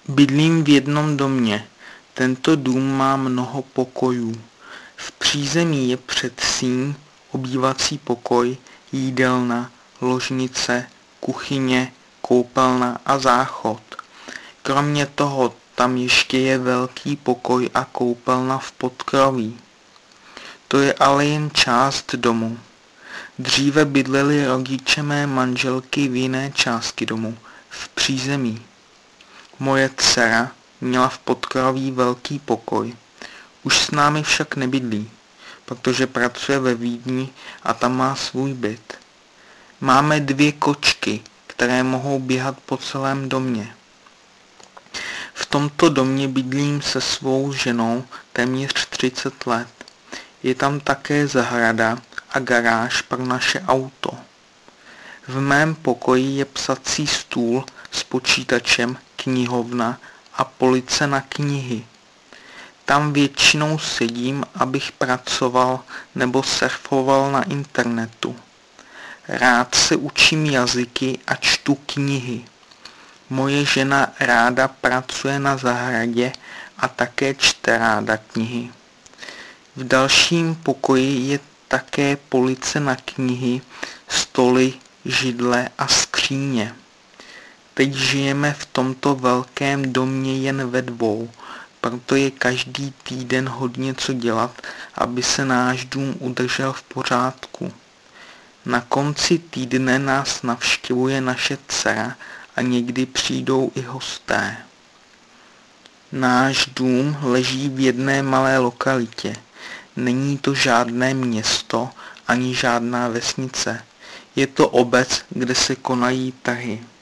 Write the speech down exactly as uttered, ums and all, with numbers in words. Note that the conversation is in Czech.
Bydlím v jednom domě. Tento dům má mnoho pokojů. V přízemí je předsíň, obývací pokoj, jídelna, ložnice, kuchyně, koupelna a záchod. Kromě toho tam ještě je velký pokoj a koupelna v podkroví. To je ale jen část domu. Dříve bydleli rodiče mé manželky v jiné části domu, v přízemí. Moje dcera měla v podkroví velký pokoj. Už s námi však nebydlí, protože pracuje ve Vídni a tam má svůj byt. Máme dvě kočky, které mohou běhat po celém domě. V tomto domě bydlím se svou ženou téměř třicet let. Je tam také zahrada a garáž pro naše auto. V mém pokoji je psací stůl s počítačem, knihovna a police na knihy. Tam většinou sedím, abych pracoval nebo surfoval na internetu. Rád se učím jazyky a čtu knihy. Moje žena ráda pracuje na zahradě a také čte ráda knihy. V dalším pokoji je také police na knihy, stoly, židle a skříně. Teď žijeme v tomto velkém domě jen ve dvou, proto je každý týden hodně co dělat, aby se náš dům udržel v pořádku. Na konci týdne nás navštěvuje naše dcera a někdy přijdou i hosté. Náš dům leží v jedné malé lokalitě. Není to žádné město ani žádná vesnice. Je to obec, kde se konají trhy.